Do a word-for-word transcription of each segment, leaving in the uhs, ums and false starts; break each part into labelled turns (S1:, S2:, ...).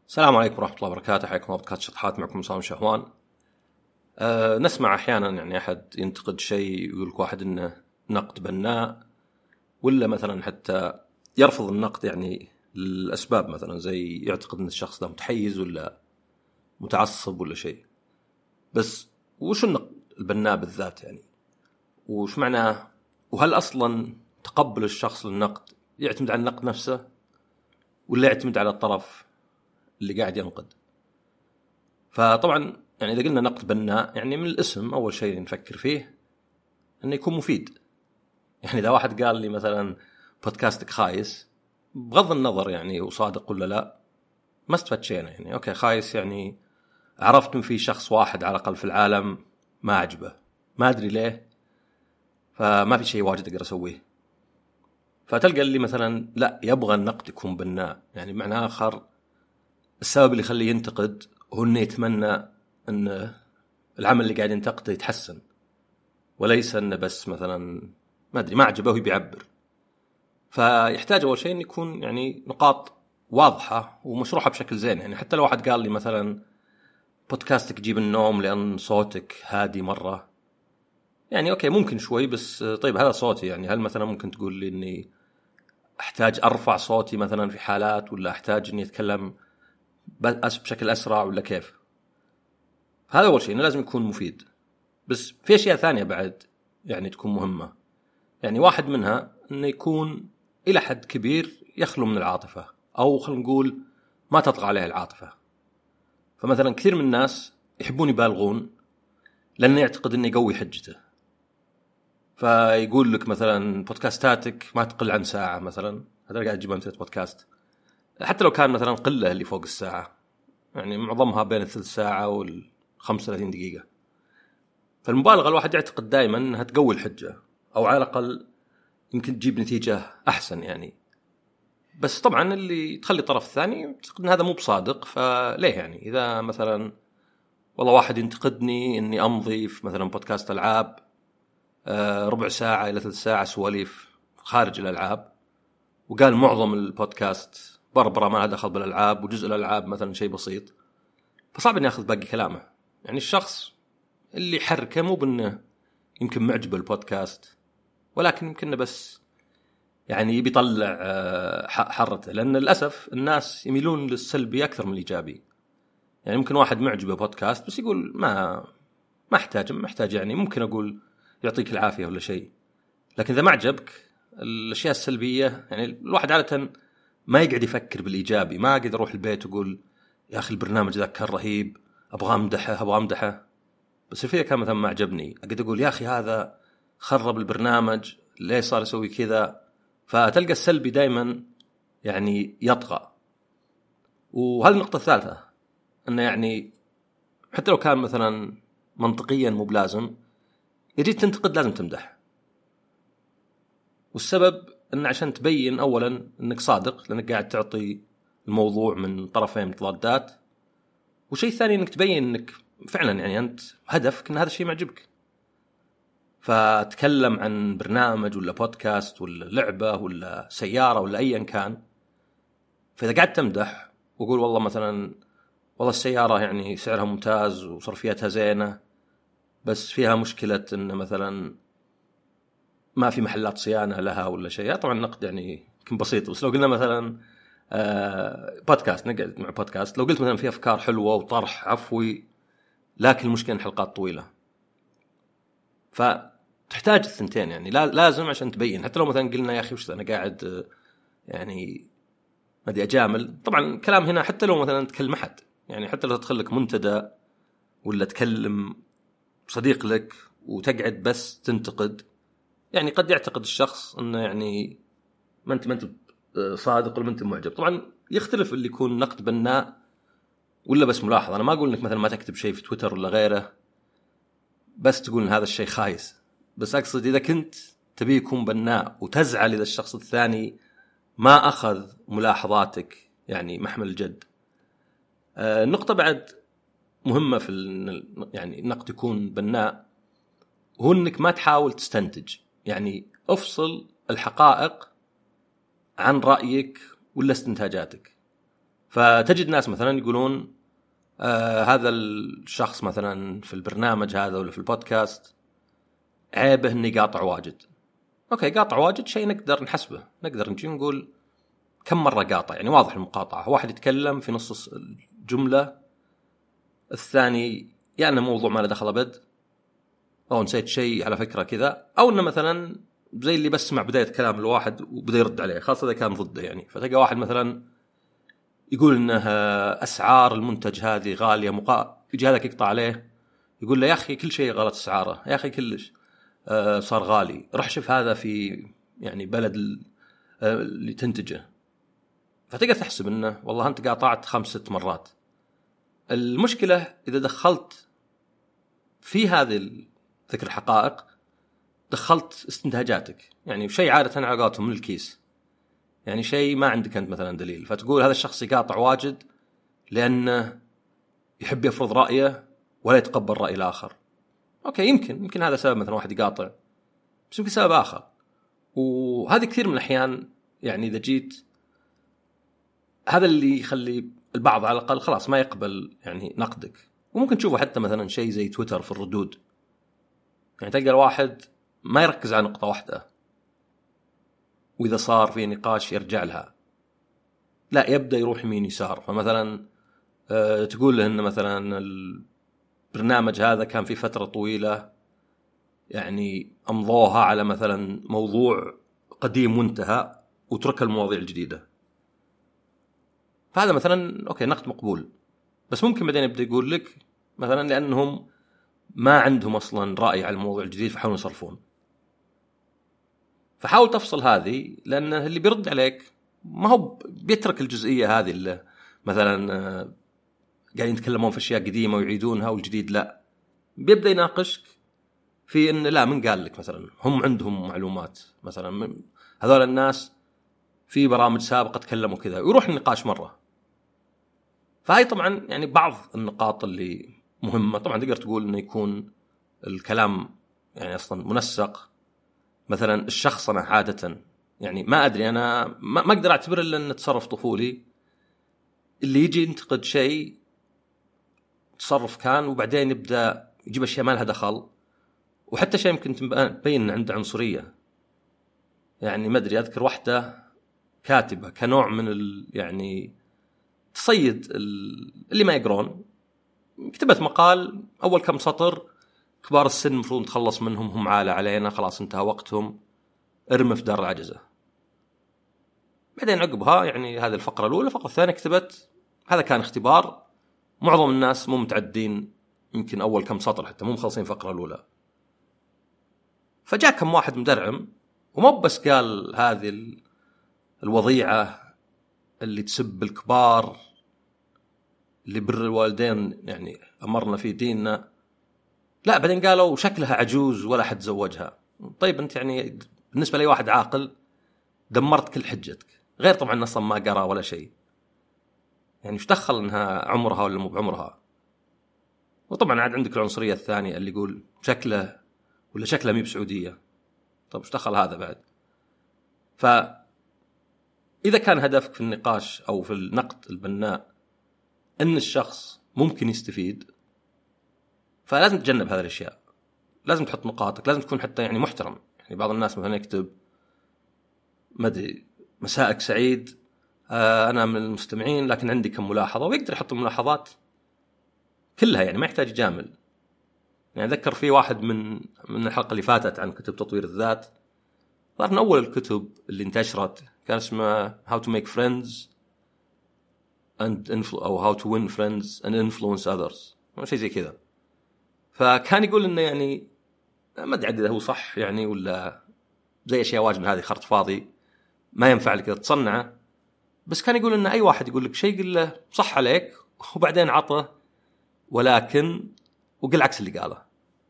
S1: السلام عليكم ورحمة الله وبركاته. حياكم الله بودكاست شطحات، معكم مصطفى شهوان. أه نسمع أحيانا يعني أحد ينتقد شيء ويقول لك واحد إنه نقد بناء، ولا مثلا حتى يرفض النقد يعني الأسباب، مثلا زي يعتقد إن الشخص ده متحيز ولا متعصب ولا شيء. بس وش النقد البناء بالذات يعني؟ وش معناه؟ وهل أصلا تقبل الشخص للنقد يعتمد على النقد نفسه ولا يعتمد على الطرف اللي قاعد ينقد؟ فطبعا يعني إذا قلنا نقد بناء يعني من الاسم أول شيء نفكر فيه أنه يكون مفيد. يعني إذا واحد قال لي مثلا بودكاستك خايس، بغض النظر يعني وصادق ولا لا، ما استفدت شيء. يعني أوكي خايس، يعني عرفت من في شخص واحد على الأقل في العالم ما عجبه، ما أدري ليه، فما في شيء واجد أقدر أسويه. فتلقى اللي مثلا لا يبغى النقد يكون بناء، يعني معنى آخر السبب اللي يخليه ينتقد هو أنه يتمنى أن العمل اللي قاعد ينتقده يتحسن، وليس أنه بس مثلا ما أدري ما عجبه ويبيعبر. فيحتاج أول شيء أن يكون يعني نقاط واضحة ومشروحة بشكل زين. يعني حتى لو واحد قال لي مثلا بودكاستك يجيب النوم لأن صوتك هادي مرة، يعني أوكي ممكن شوي، بس طيب هذا صوتي، يعني هل مثلا ممكن تقول لي أني أحتاج أرفع صوتي مثلا في حالات، ولا أحتاج أني أتكلم بشكل أسرع، ولا كيف؟ هذا أول شيء، إنه لازم يكون مفيد. بس في أشياء ثانية بعد يعني تكون مهمة. يعني واحد منها أنه يكون إلى حد كبير يخلو من العاطفة، أو خلينا نقول ما تطغى عليه العاطفة. فمثلا كثير من الناس يحبون يبالغون لأنه يعتقد أنه يقوي حجته، فيقول لك مثلا بودكاستاتك ما تقل عن ساعة مثلا. هذا قاعد أجيب أمثلة بودكاست، حتى لو كان مثلا قلة اللي فوق الساعة، يعني معظمها بين الثلث ساعة والخمسة وثلاثين دقيقة. فالمبالغة الواحد يعتقد دائما أنها تقوي الحجة، أو على الأقل يمكن تجيب نتيجة أحسن يعني. بس طبعا اللي تخلي الطرف الثاني يعتقد أن هذا مو بصادق. فليه يعني إذا مثلا والله واحد ينتقدني أني أمضي في مثلا بودكاست ألعاب ربع ساعة إلى ثلث ساعة سواليف خارج الألعاب، وقال معظم البودكاست بربرة ما لها دخل بالألعاب، وجزء الألعاب مثلا شيء بسيط، فصعب أن يأخذ باقي كلامه. يعني الشخص اللي حركه مو بأنه يمكن معجب البودكاست، ولكن يمكن بس يعني بيطلع حرته، لأن للأسف الناس يميلون للسلبي أكثر من الإيجابي. يعني ممكن واحد معجبه بودكاست بس يقول ما ما احتاج محتاج يعني ممكن أقول يعطيك العافية ولا شيء. لكن إذا ما عجبك الأشياء السلبية، يعني الواحد عادة ما يقعد يفكر بالإيجابي، ما قاعد يروح البيت ويقول يا أخي البرنامج ذا كان رهيب أبغى أمدحه أبغى أمدحه. بس الفكرة كان مثلا ما عجبني أقعد أقول يا أخي هذا خرب البرنامج، ليه صار يسوي كذا؟ فتلقى السلبي دائما يعني يطغى. وهذه النقطة الثالثة، أنه يعني حتى لو كان مثلا منطقيا مو بلازم يجي تنتقد لازم تمدح. والسبب أن عشان تبين أولا أنك صادق، لأنك قاعد تعطي الموضوع من طرفين متضادات، وشيء ثاني أنك تبين أنك فعلا يعني أنت هدفك أن هذا الشيء معجبك. فتكلم عن برنامج ولا بودكاست ولا لعبة ولا سيارة ولا أيا كان، فإذا قاعد تمدح وقول والله مثلا والله السيارة يعني سعرها ممتاز وصرفيتها زينة، بس فيها مشكلة إن مثلا ما في محلات صيانة لها ولا شيء، طبعا النقد يعني يمكن بسيط. بس لو قلنا مثلا آه بودكاست، نقعد مع بودكاست، لو قلت مثلا فيه أفكار حلوة وطرح عفوي، لكن المشكلة الحلقات طويلة، فتحتاج الثنتين. يعني لازم عشان تبين. حتى لو مثلا قلنا يا أخي وش أنا قاعد يعني ما أدري أجامل، طبعا كلام هنا حتى لو مثلا تكلم أحد، يعني حتى لو تدخل لك منتدى ولا تكلم صديق لك وتقعد بس تنتقد، يعني قد يعتقد الشخص أنه يعني ما أنت ما أنت صادق ولا ما أنت معجب. طبعا يختلف اللي يكون نقد بناء ولا بس ملاحظة. أنا ما أقول إنك مثلا ما تكتب شيء في تويتر ولا غيره بس تقول إن هذا الشيء خايس، بس أقصد إذا كنت تبي يكون بناء وتزعل إذا الشخص الثاني ما أخذ ملاحظاتك يعني محمل الجد. آه النقطة بعد مهمة في يعني النقد يكون بناء، هو إنك ما تحاول تستنتج. يعني أفصل الحقائق عن رأيك ولا استنتاجاتك. فتجد ناس مثلا يقولون آه هذا الشخص مثلا في البرنامج هذا ولا في البودكاست عيبه انه يقاطع واجد. اوكي قاطع واجد شيء نقدر نحسبه، نقدر نجي نقول كم مرة قاطع، يعني واضح المقاطعة، واحد يتكلم في نص الجملة الثاني يعني موضوع ما له دخل بد، أو نسيت شيء على فكرة كذا، أو إنه مثلا زي اللي بسمع بداية كلام الواحد وبدأ يرد عليه خاصة إذا كان ضده. يعني فتلقى واحد مثلا يقول إنه أسعار المنتج هذه غالية مقا، يجي هذاك يقطع عليه يقول له يا أخي كل شيء غلط أسعاره، يا أخي كلش آه صار غالي، روح شوف هذا في يعني بلد اللي تنتجه. فتقدر تحسب انه والله انت قاطعت خمس ست مرات. المشكله اذا دخلت في هذه ذكر الحقائق دخلت استنتاجاتك، يعني شيء عاده على قولتهم من الكيس، يعني شيء ما عندك انت مثلا دليل، فتقول هذا الشخص يقاطع واجد لانه يحب يفرض رايه ولا يتقبل راي الاخر. اوكي يمكن يمكن هذا سبب مثلا واحد يقاطع، بس يمكن سبب اخر. وهذه كثير من الاحيان يعني اذا جيت هذا اللي يخلي البعض على الأقل خلاص ما يقبل يعني نقدك. وممكن تشوفه حتى مثلا شيء زي تويتر في الردود، يعني تلقى الواحد ما يركز على نقطة واحدة، وإذا صار في نقاش يرجع لها، لا يبدأ يروح يمين يسار. فمثلا أه تقول له إن مثلا البرنامج هذا كان في فترة طويلة يعني أمضوها على مثلا موضوع قديم وانتهى وترك المواضيع الجديدة، فهذا مثلا أوكي نقد مقبول. بس ممكن بعدين يبدأ يقول لك مثلا لأنهم ما عندهم أصلا رأي على الموضوع الجديد فحاولوا يصرفون. فحاول تفصل هذه، لأن اللي بيرد عليك ما هو بيترك الجزئية هذه اللي مثلا قاعدين يتكلمون في أشياء قديمة ويعيدونها والجديد لا، بيبدأ يناقشك في إن لا من قال لك مثلا هم عندهم معلومات مثلا هذول الناس في برامج سابقة تكلموا كذا، ويروح النقاش مرة. فهي طبعا يعني بعض النقاط اللي مهمة. طبعا تقدر تقول إنه يكون الكلام يعني أصلا منسق. مثلا الشخص أنا عادة يعني ما أدري، أنا ما ما أقدر أعتبر إلا إنه تصرف طفولي اللي يجي ينتقد شيء تصرف كان وبعدين يبدأ يجيب أشياء ما لها دخل، وحتى شيء يمكن تبين عنده عنصرية. يعني ما أدري أذكر واحدة كاتبة كنوع من ال يعني تصيد اللي ما يقرون، كتبت مقال أول كم سطر كبار السن مفروض نتخلص منهم، هم عالة علينا خلاص انتهى وقتهم، ارمي في دار العجزة. بعدين عقبها يعني هذه الفقرة الأولى. الفقرة الثانية كتبت هذا كان اختبار، معظم الناس مو متعدين يمكن أول كم سطر حتى مو مخلصين الفقرة الأولى. فجاء كم واحد مدرعم ومو بس قال هذه الوضيعة اللي تسب الكبار اللي بر الوالدين يعني أمرنا في ديننا، لا بعدين قالوا شكلها عجوز ولا حد زوجها. طيب أنت يعني بالنسبة لي واحد عاقل دمرت كل حجتك، غير طبعا أصلا ما قرأ ولا شيء، يعني مش دخل إنها عمرها ولا مو بعمرها. وطبعا عاد عندك العنصرية الثانية اللي يقول شكله ولا شكلها مي بسعودية. طب مش دخل هذا بعد؟ فإذا كان هدفك في النقاش أو في النقد البناء أن الشخص ممكن يستفيد، فلازم تتجنب هذه الأشياء، لازم تحط نقاطك، لازم تكون حتى يعني محترم. يعني بعض الناس مثلا يكتب مدري مساءك سعيد آه أنا من المستمعين لكن عندي كم ملاحظة، ويقدر يحط الملاحظات كلها يعني ما يحتاج يجامل. يعني أذكر في واحد من من الحلقة اللي فاتت عن كتب تطوير الذات، ظهر من أول الكتب اللي انتشرت كان اسمه How to make friends and influ- أو How to win friends and influence others أو شيء زي كذا. فكان يقول إنه يعني ما أدري إذا هو صح يعني ولا زي أشياء واجد من هذه خرط فاضي ما ينفع لك تصنعه، بس كان يقول إن أي واحد يقول لك شيء قل له صح عليك وبعدين عطه ولكن وقل عكس اللي قاله.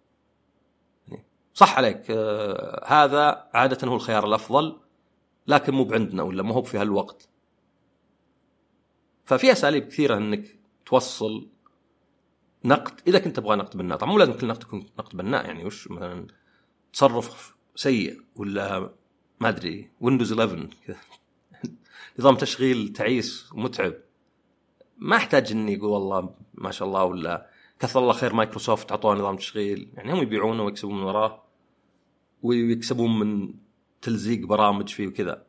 S1: صح عليك آه هذا عادة هو الخيار الأفضل لكن مو بعندنا ولا مو هو في هالوقت. ففي أساليب كثيرة إنك توصل نقد إذا كنت تبغى نقد بناء. طبعا مو لازم كل نقد يكون نقد بناء، يعني وش مثلا تصرف سيء ولا ما أدري ويندوز إحدى عشر نظام تشغيل تعيس ومتعب ما احتاج اني يقول والله ما شاء الله ولا كثر الله خير مايكروسوفت عطوه نظام تشغيل، يعني هم يبيعونه ويكسبون من وراه ويكسبون من تلزيق برامج فيه وكذا.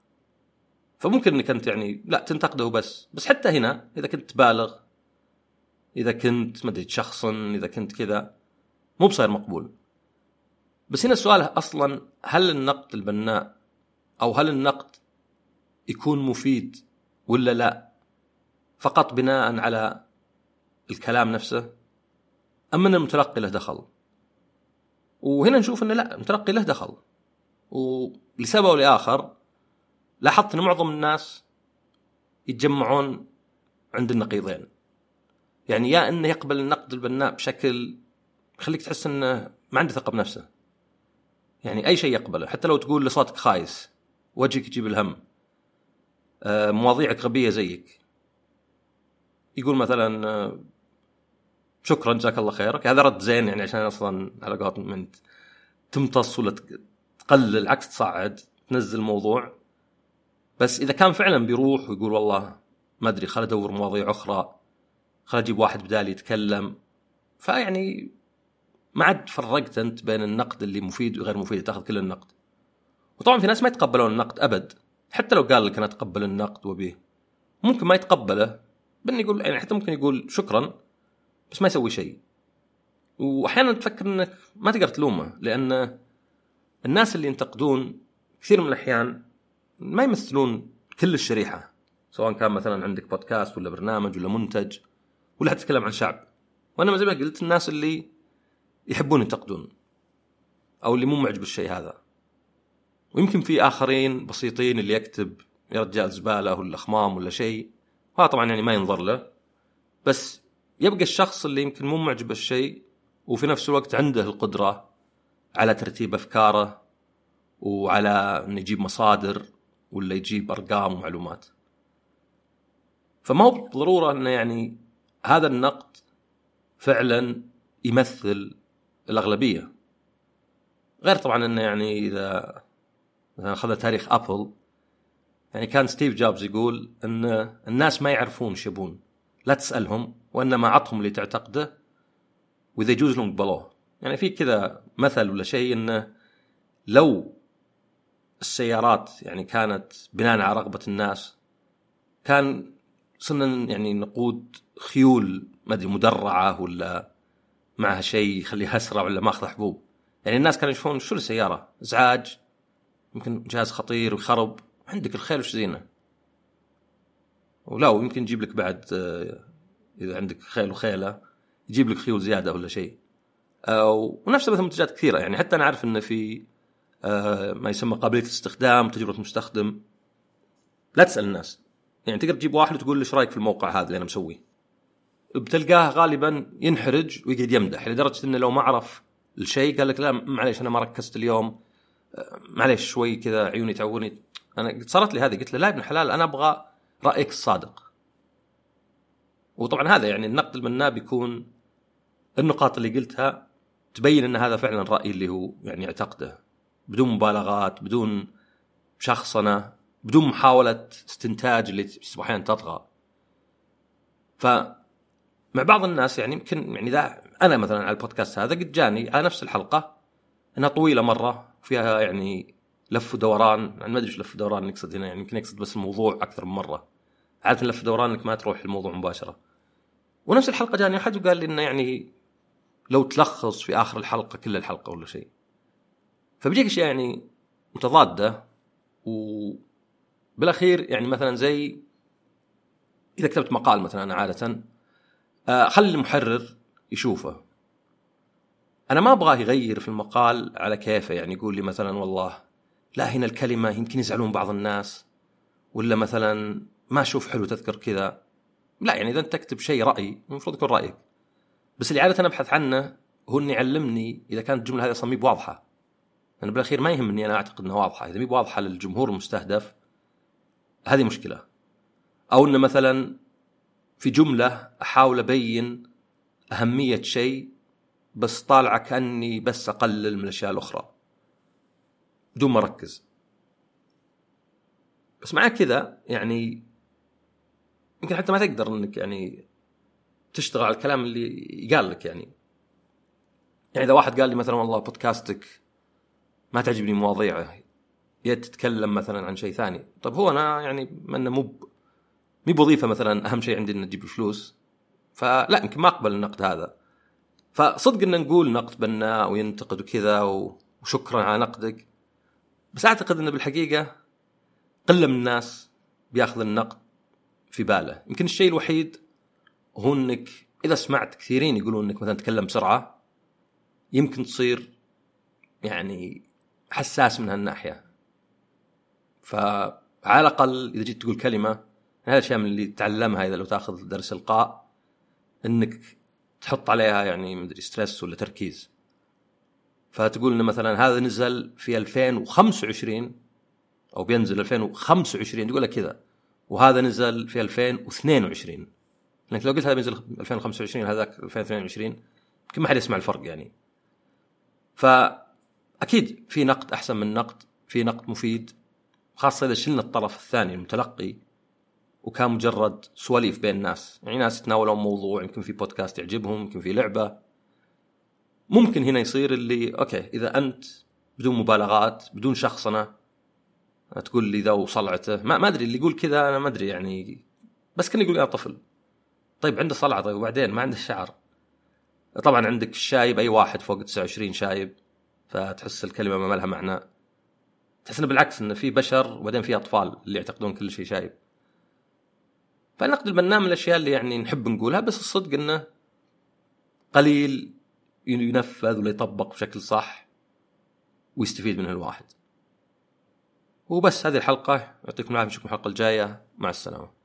S1: فممكن انك انت يعني لا تنتقده بس بس حتى هنا اذا كنت بالغ، اذا كنت ما ادري شخصا، اذا كنت كذا مو بصير مقبول. بس هنا السؤال اصلا هل النقد البناء او هل النقد يكون مفيد ولا لا فقط بناء على الكلام نفسه، ام ان المتلقي له دخل؟ وهنا نشوف ان لا، المتلقي له دخل، ولسبب او لاخر لاحظت ان معظم الناس يتجمعون عند النقيضين. يعني يا انه يقبل النقد البناء بشكل يخليك تحس انه ما عنده ثقه بنفسه، يعني اي شيء يقبله حتى لو تقول لصوتك خايس، وجهك يجيب الهم، آه، مواضيعك غبيه زيك، يقول مثلا آه، شكرا جزاك الله خيرك، هذا رد زين يعني عشان اصلا على قولتهم انت تمتص ولا تقلل، عكس تصعد تنزل الموضوع. بس اذا كان فعلا بيروح ويقول والله ما ادري خل ادور مواضيع اخرى، خل اجيب واحد بدالي يتكلم، فيعني ما عاد فرقت انت بين النقد اللي مفيد وغير مفيد، تاخذ كل النقد. وطبعا في ناس ما يتقبلون النقد ابد، حتى لو قال لك انا اتقبل النقد وبيه ممكن ما يتقبله، بان يقول يعني حتى ممكن يقول شكرا بس ما يسوي شيء. واحيانا تفكر انك ما تقدر تلومه، لان الناس اللي ينتقدون كثير من الاحيان ما يمثلون كل الشريحه، سواء كان مثلا عندك بودكاست ولا برنامج ولا منتج ولا حتتكلم عن شعب. وانا زي ما قلت الناس اللي يحبون ينتقدون او اللي مو معجب بالشيء هذا. ويمكن في اخرين بسيطين اللي يكتب يا رجال زباله ولا خمام ولا شيء، هذا طبعا يعني ما ينظر له. بس يبقى الشخص اللي يمكن مو معجب بالشيء وفي نفس الوقت عنده القدره على ترتيب افكاره وعلى ان يجيب مصادر ولا يجيب ارقام ومعلومات. فما هو بالضروره انه يعني هذا النقد فعلا يمثل الاغلبيه. غير طبعا انه يعني اذا اخذ تاريخ ابل، يعني كان ستيف جوبز يقول ان الناس ما يعرفون ايش يبون، لا تسالهم وانما عطهم اللي تعتقده واذا يجوز لهم قبلوه. يعني في كذا مثل ولا شيء انه لو السيارات يعني كانت بناء على رغبه الناس، كان صرنا يعني نقود خيول ما ادري مدرعه ولا معها شيء يخليها اسرع ولا ماخذ حبوب. يعني الناس كانوا يشوفون شو السياره ازعاج، يمكن جهاز خطير ويخرب، عندك الخيل وش زينه. ولا يمكن يجيب لك بعد اذا عندك خيل وخيله يجيب لك خيول زياده ولا شيء. ونفس مثل منتجات كثيره، يعني حتى انا عارف ان في ما يسمى قابليه الاستخدام، تجربه مستخدم. لا تسال الناس، يعني تقدر تجيب واحد وتقول له ايش رايك في الموقع هذا اللي انا مسويه، بتلقاه غالبا ينحرج ويقعد يمدح لدرجه انه لو ما عرف الشيء قال لك لا معليش انا ما ركزت اليوم، معليش شوي كذا عيوني تعورني. انا صارت لي هذه، قلت له لا ابن الحلال انا ابغى رايك الصادق. وطبعا هذا يعني النقد البناء بيكون النقاط اللي قلتها تبين ان هذا فعلا راي اللي هو يعني يعتقده، بدون مبالغات، بدون شخصنه، بدون محاوله استنتاج اللي احيانا تطغى. فمع بعض الناس يعني يمكن يعني ذا انا مثلا على البودكاست هذا قد جاني على نفس الحلقه انها طويله مره فيها يعني لف ودوران، يعني ما ادري ايش لف ودوران نقصد هنا، يعني يمكن يقصد بس الموضوع اكثر من مره. عاده لف ودوران انك ما تروح الموضوع مباشره. ونفس الحلقه جاني احد وقال لي انه يعني لو تلخص في اخر الحلقه كل الحلقه ولا شيء. فبيجيك اشياء يعني متضاده. وبالاخير يعني مثلا زي اذا كتبت مقال مثلا، انا عاده اخلي المحرر يشوفه، انا ما ابغاه يغير في المقال على كيفه. يعني يقول لي مثلا والله لا هنا الكلمه يمكن يزعلون بعض الناس، ولا مثلا ما اشوف حلو تذكر كذا. لا، يعني اذا انت تكتب شيء راي المفروض يكون رايك. بس اللي عاده انا ابحث عنه هو اني يعلمني اذا كانت الجمله هذه اصلا مي بواضحه. انا بالاخير ما يهمني انا اعتقد انها واضحه، اذا مي بواضحه للجمهور المستهدف هذه مشكله. او ان مثلا في جمله احاول ابين اهميه شيء بس طالعه كاني بس اقلل من الاشياء الاخرى بدون ما اركز. بس مع كذا يعني يمكن حتى ما تقدر انك يعني تشتغل على الكلام اللي يقال لك. يعني يعني اذا واحد قال لي مثلا والله بودكاستك ما تعجبني مواضيعه، يا تتكلم مثلا عن شيء ثاني، طب هو انا يعني ما انه مو مو بوظيفه مثلا اهم شيء عندي ان اجيب فلوس، فلا يمكن ما اقبل النقد هذا. فصدق ان نقول نقد بناء وينتقد وكذا وشكرا على نقدك، بس اعتقد انه بالحقيقه قله من الناس بياخذ النقد في باله. يمكن الشيء الوحيد هو انك اذا سمعت كثيرين يقولون انك مثلا تتكلم بسرعه يمكن تصير يعني حساس من هالناحيه. فعلى الاقل اذا جيت تقول كلمه، هذا الشيء من اللي تعلمها اذا لو تاخذ درس القاء، انك تحط عليها يعني مدري ستريس ولا تركيز. فتقول إن مثلا هذا نزل في ألفين وخمسة وعشرين أو بينزل ألفين وخمسة وعشرين، تقول لك كذا، وهذا نزل في ألفين واثنين وعشرين. لأنك لو قلت هذا بينزل ألفين وخمسة وعشرين هذاك ألفين واثنين وعشرين يمكن ما حد يسمع الفرق يعني. فأكيد في نقد أحسن من نقد، في نقد مفيد، خاصة إذا شلنا الطرف الثاني المتلقي وكان مجرد سواليف بين الناس، يعني ناس يتناولون موضوع، يمكن في بودكاست يعجبهم، يمكن في لعبة. ممكن هنا يصير اللي أوكي إذا أنت بدون مبالغات بدون شخصنة تقول لي ذا وصلعته، ما ما أدري اللي يقول كذا، أنا ما أدري يعني، بس كان يقول أنا طفل. طيب عنده صلعة، طيب وبعدين ما عنده الشعر. طبعا عندك الشايب، أي واحد فوق تسعة وعشرين شايب، فتحس الكلمة ما لها معنى. تحس إنه بالعكس إنه في بشر وبعدين في أطفال اللي يعتقدون كل شيء شايب. فالنقد البناء من الأشياء اللي يعني نحب نقولها، بس الصدق إنه قليل ينفذ ولا يطبق بشكل صح ويستفيد منه الواحد. وبس هذه الحلقة، يعطيكم العافية، نشوفكم الحلقة الجاية، مع السلامة.